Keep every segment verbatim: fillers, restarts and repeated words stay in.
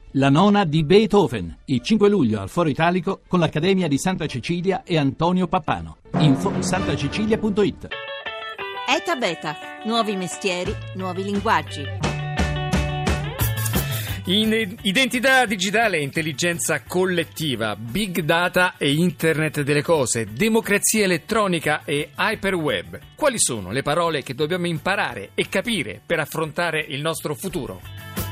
La nona di Beethoven, il cinque luglio al Foro Italico con l'Accademia di Santa Cecilia e Antonio Pappano. Info santacecilia punto it. Eta Beta, nuovi mestieri, nuovi linguaggi. In identità digitale e intelligenza collettiva, big data e internet delle cose, democrazia elettronica e hyperweb. Quali sono le parole che dobbiamo imparare e capire per affrontare il nostro futuro?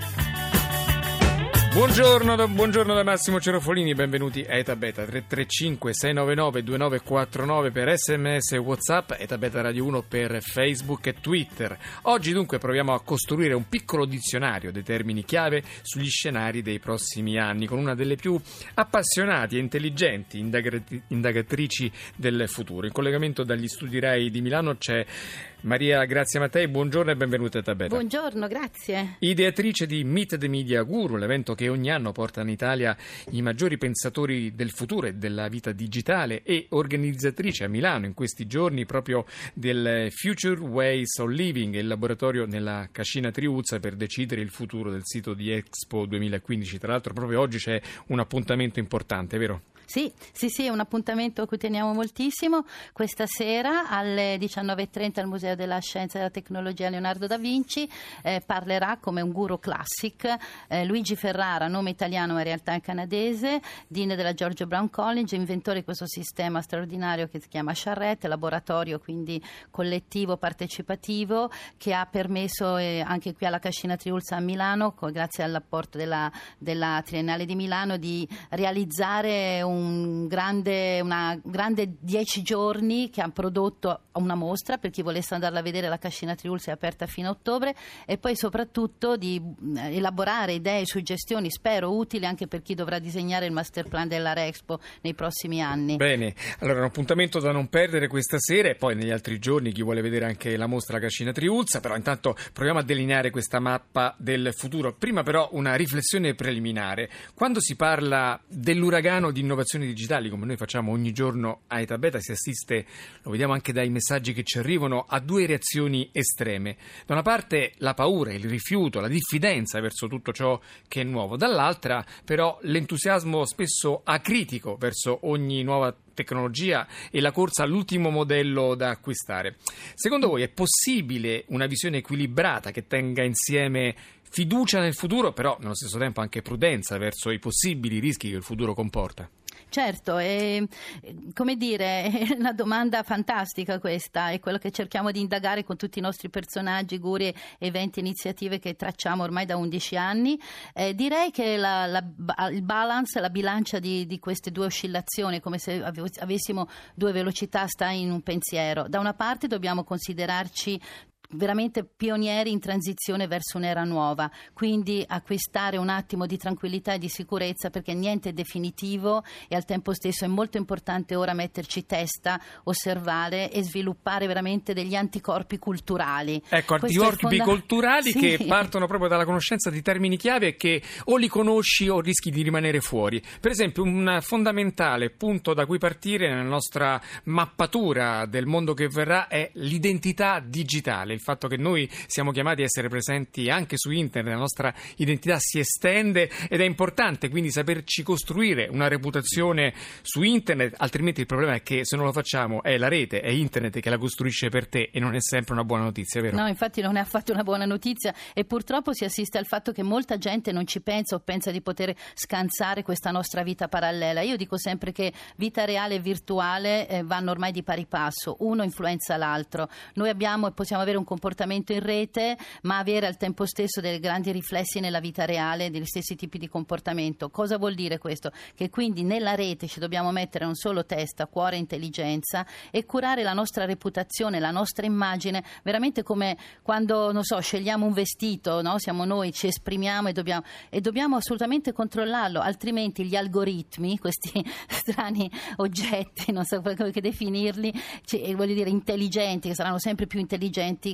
Buongiorno da, buongiorno da Massimo Cerofolini, benvenuti a Eta Beta. Tre tre cinque sei nove nove due nove quattro nove per sms e WhatsApp, Eta Beta Radio uno per Facebook e Twitter. Oggi dunque proviamo a costruire un piccolo dizionario dei termini chiave sugli scenari dei prossimi anni con una delle più appassionati e intelligenti indagati, indagatrici del futuro. In collegamento dagli studi Rai di Milano c'è Maria Grazia Mattei, buongiorno e benvenuta a Eta Beta. Buongiorno, grazie. Ideatrice di Meet the Media Guru, l'evento che ogni anno porta in Italia i maggiori pensatori del futuro e della vita digitale, e organizzatrice a Milano in questi giorni proprio del Future Ways of Living, il laboratorio nella Cascina Triulza per decidere il futuro del sito di Expo duemilaquindici. Tra l'altro proprio oggi c'è un appuntamento importante, vero? Sì, sì, sì, è un appuntamento a cui teniamo moltissimo. Questa sera alle diciannove e trenta al Museo della Scienza e della Tecnologia Leonardo da Vinci eh, parlerà come un guru classic eh, Luigi Ferrara, nome italiano ma in realtà è canadese, dean della George Brown College, inventore di questo sistema straordinario che si chiama Charrette, laboratorio quindi collettivo partecipativo che ha permesso eh, anche qui alla Cascina Triulza a Milano, co- grazie all'apporto della, della Triennale di Milano, di realizzare un un grande, una grande dieci giorni che ha prodotto una mostra per chi volesse andarla a vedere. La Cascina Triulza è aperta fino a ottobre, e poi soprattutto di elaborare idee e suggestioni spero utili anche per chi dovrà disegnare il master plan della Rexpo nei prossimi anni. Bene, allora un appuntamento da non perdere questa sera, e poi negli altri giorni chi vuole vedere anche la mostra Cascina Triulza. Però intanto proviamo a delineare questa mappa del futuro. Prima però una riflessione preliminare. Quando si parla dell'uragano di innovazioni digitali, come noi facciamo ogni giorno a Eta Beta, si assiste, lo vediamo anche dai messaggi che ci arrivano, a due reazioni estreme. Da una parte la paura, il rifiuto, la diffidenza verso tutto ciò che è nuovo, dall'altra però l'entusiasmo spesso acritico verso ogni nuova tecnologia e la corsa all'ultimo modello da acquistare. Secondo voi è possibile una visione equilibrata che tenga insieme fiducia nel futuro, però nello stesso tempo anche prudenza verso i possibili rischi che il futuro comporta? Certo, è, come dire, è una domanda fantastica questa, è quello che cerchiamo di indagare con tutti i nostri personaggi, guri, eventi, iniziative che tracciamo ormai da undici anni. Eh, direi che la, la, il balance, la bilancia di, di queste due oscillazioni, come se avessimo due velocità, sta in un pensiero. Da una parte dobbiamo considerarci veramente pionieri in transizione verso un'era nuova, quindi acquistare un attimo di tranquillità e di sicurezza, perché niente è definitivo e al tempo stesso è molto importante ora metterci testa, osservare e sviluppare veramente degli anticorpi culturali. Ecco, anticorpi fonda... culturali sì. Che partono proprio dalla conoscenza di termini chiave che o li conosci o rischi di rimanere fuori. Per esempio, un fondamentale punto da cui partire nella nostra mappatura del mondo che verrà è l'identità digitale. Il fatto che noi siamo chiamati a essere presenti anche su internet, la nostra identità si estende ed è importante quindi saperci costruire una reputazione su internet, altrimenti il problema è che se non lo facciamo è la rete, è internet che la costruisce per te, e non è sempre una buona notizia, vero? No, infatti non è affatto una buona notizia, e purtroppo si assiste al fatto che molta gente non ci pensa o pensa di poter scansare questa nostra vita parallela. Io dico sempre che vita reale e virtuale eh, vanno ormai di pari passo, uno influenza l'altro. Noi abbiamo e possiamo avere un comportamento in rete, ma avere al tempo stesso dei grandi riflessi nella vita reale degli stessi tipi di comportamento. Cosa vuol dire questo? Che quindi nella rete ci dobbiamo mettere non solo testa, cuore e intelligenza, e curare la nostra reputazione, la nostra immagine, veramente come quando, non so, scegliamo un vestito, no? Siamo noi, ci esprimiamo e dobbiamo, e dobbiamo assolutamente controllarlo, altrimenti gli algoritmi, questi strani oggetti, non so come definirli, cioè, voglio dire intelligenti, che saranno sempre più intelligenti,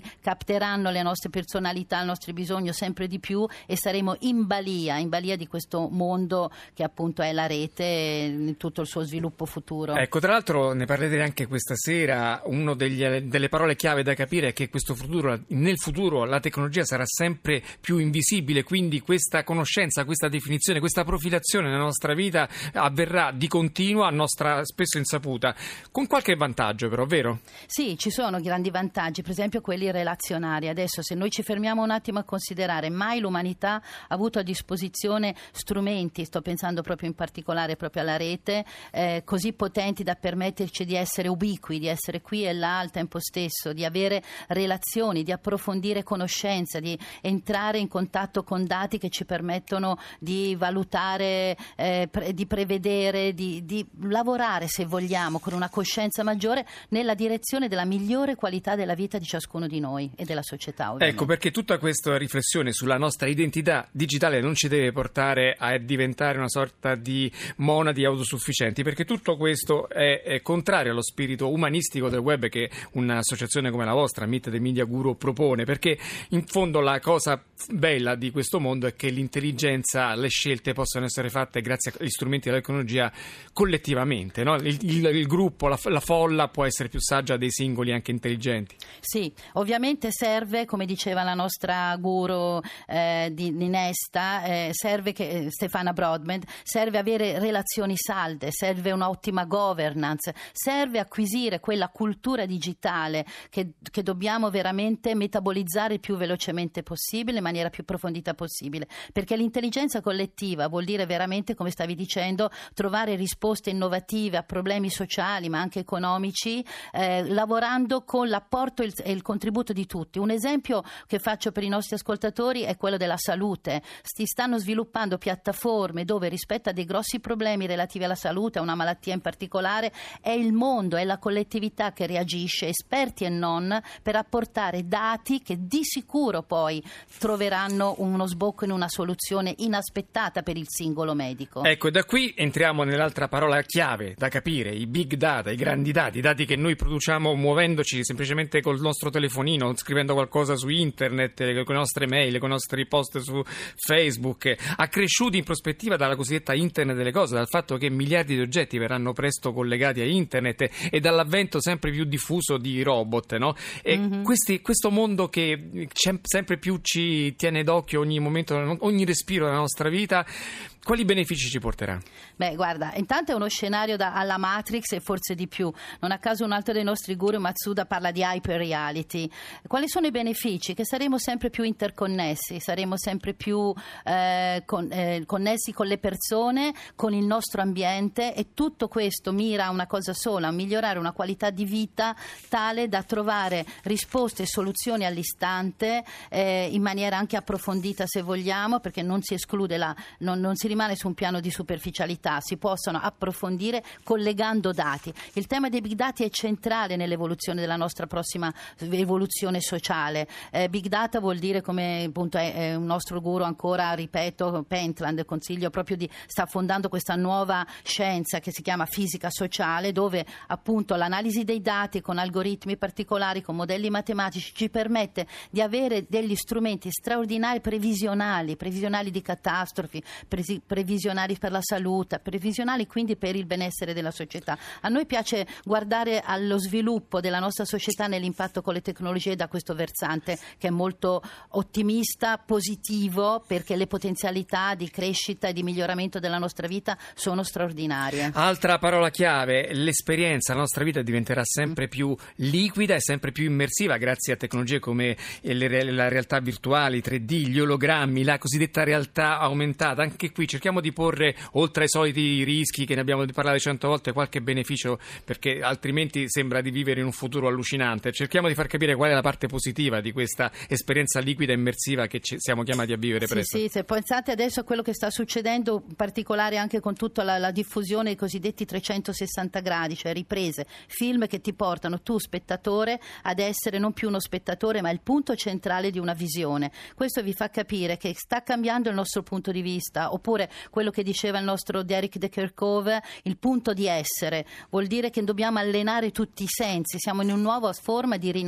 capteranno le nostre personalità, i nostri bisogni sempre di più e saremo in balia, in balia di questo mondo che appunto è la rete e tutto il suo sviluppo futuro. Ecco, tra l'altro ne parlerete anche questa sera, una delle parole chiave da capire è che questo futuro, nel futuro la tecnologia sarà sempre più invisibile, quindi questa conoscenza, questa definizione, questa profilazione nella nostra vita avverrà di continuo a nostra spesso insaputa, con qualche vantaggio però, vero? Sì, ci sono grandi vantaggi, per esempio quelli relazionali. Adesso se noi ci fermiamo un attimo a considerare, mai l'umanità ha avuto a disposizione strumenti, sto pensando proprio in particolare proprio alla rete, eh, così potenti da permetterci di essere ubiqui, di essere qui e là al tempo stesso, di avere relazioni, di approfondire conoscenza, di entrare in contatto con dati che ci permettono di valutare, eh, pre- di prevedere, di, di lavorare, se vogliamo, con una coscienza maggiore nella direzione della migliore qualità della vita di ciascuno di noi e della società, ovviamente. Ecco, perché tutta questa riflessione sulla nostra identità digitale non ci deve portare a diventare una sorta di monadi autosufficienti, perché tutto questo è, è contrario allo spirito umanistico del web che un'associazione come la vostra, Meet the Media Guru, propone, perché in fondo la cosa bella di questo mondo è che l'intelligenza, le scelte possono essere fatte grazie agli strumenti della tecnologia collettivamente, no? il, il, il gruppo, la, la folla può essere più saggia dei singoli anche intelligenti. Sì, ovviamente serve, come diceva la nostra guru eh, di, di Nesta, eh, serve che, Stefana Broadbent, serve avere relazioni salde, serve un'ottima governance, serve acquisire quella cultura digitale che, che dobbiamo veramente metabolizzare il più velocemente possibile, in maniera più approfondita possibile, perché l'intelligenza collettiva vuol dire veramente, come stavi dicendo, trovare risposte innovative a problemi sociali ma anche economici, eh, lavorando con l'apporto e il, e il contributo di tutti. Un esempio che faccio per i nostri ascoltatori è quello della salute. Si stanno sviluppando piattaforme dove rispetto a dei grossi problemi relativi alla salute, a una malattia in particolare, è il mondo, è la collettività che reagisce, esperti e non, per apportare dati che di sicuro poi troveranno uno sbocco in una soluzione inaspettata per il singolo medico. Ecco, da qui entriamo nell'altra parola chiave da capire, i big data, i grandi dati, i dati che noi produciamo muovendoci semplicemente col nostro telefonino, scrivendo qualcosa su internet, con le nostre mail, con i nostri post su Facebook, accresciuti in prospettiva dalla cosiddetta internet delle cose, dal fatto che miliardi di oggetti verranno presto collegati a internet e dall'avvento sempre più diffuso di robot, no? E mm-hmm. questi, questo mondo che sempre più ci tiene d'occhio ogni momento, ogni respiro della nostra vita, quali benefici ci porterà? Beh, guarda, intanto è uno scenario da, alla Matrix e forse di più. Non a caso un altro dei nostri guru, Matsuda, parla di hyper reality. Quali sono i benefici? Che saremo sempre più interconnessi, saremo sempre più eh, con, eh, connessi con le persone, con il nostro ambiente, e tutto questo mira a una cosa sola, a migliorare una qualità di vita tale da trovare risposte e soluzioni all'istante, eh, in maniera anche approfondita, se vogliamo, perché non si esclude la, non, non si rimane su un piano di superficialità, si possono approfondire collegando dati. Il tema dei big data è centrale nell'evoluzione della nostra prossima evoluzione sociale. Eh, big data vuol dire, come appunto è, è un nostro guru ancora, ripeto, Pentland, consiglio proprio di, sta fondando questa nuova scienza che si chiama fisica sociale, dove appunto l'analisi dei dati con algoritmi particolari, con modelli matematici, ci permette di avere degli strumenti straordinari previsionali, previsionali di catastrofi, presi, previsionali per la salute, previsionali quindi per il benessere della società. A noi piace guardare allo sviluppo della nostra società nell'impatto con le tecnologie da questo versante, che è molto ottimista, positivo, perché le potenzialità di crescita e di miglioramento della nostra vita sono straordinarie. Altra parola chiave, l'esperienza, la nostra vita diventerà sempre più liquida e sempre più immersiva grazie a tecnologie come le, la realtà virtuale, i tre D, gli ologrammi, la cosiddetta realtà aumentata. Anche qui cerchiamo di porre, oltre ai soliti rischi che ne abbiamo parlato cento volte, qualche beneficio, perché altrimenti sembra di vivere in un futuro allucinante. Cerchiamo di far capire qual è la parte positiva di questa esperienza liquida e immersiva che ci siamo chiamati a vivere sì, presto. Sì, se pensate adesso a quello che sta succedendo, in particolare anche con tutta la, la diffusione dei cosiddetti trecentosessanta gradi, cioè riprese, film che ti portano tu, spettatore, ad essere non più uno spettatore ma il punto centrale di una visione. Questo vi fa capire che sta cambiando il nostro punto di vista, oppure quello che diceva il nostro Derek de Kerkhove, il punto di essere, vuol dire che dobbiamo allenare tutti i sensi, siamo in una nuova forma di rinascimento.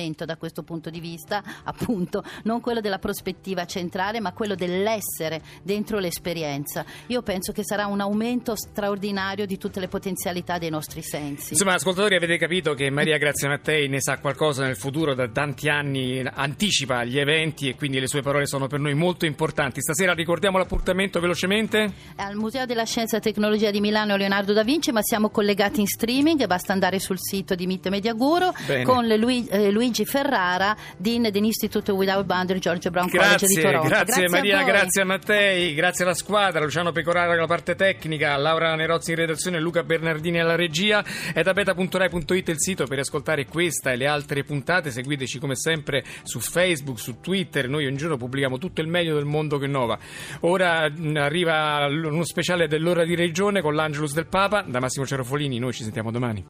momento da questo punto di vista, appunto, non quello della prospettiva centrale, ma quello dell'essere dentro l'esperienza. Io penso che sarà un aumento straordinario di tutte le potenzialità dei nostri sensi. Insomma, ascoltatori, avete capito che Maria Grazia Mattei ne sa qualcosa nel futuro, da tanti anni anticipa gli eventi e quindi le sue parole sono per noi molto importanti. Stasera ricordiamo l'appuntamento velocemente? Al Museo della Scienza e Tecnologia di Milano Leonardo da Vinci, ma siamo collegati in streaming, basta andare sul sito di Mitte Media Guru. Bene. Con Luigi, eh, Luigi Ferrara, Dean dell'Instituto Without Boundaries George Brown College di Toronto. Grazie, grazie Maria, a grazie a Mattei, grazie alla squadra, Luciano Pecoraro alla parte tecnica, Laura Nerozzi in redazione, Luca Bernardini alla regia. È da beta punto rai punto it il sito per ascoltare questa e le altre puntate. Seguiteci come sempre su Facebook, su Twitter. Noi ogni giorno pubblichiamo tutto il meglio del mondo che innova. Ora arriva uno speciale dell'ora di regione con l'Angelus del Papa. Da Massimo Cerofolini, noi ci sentiamo domani.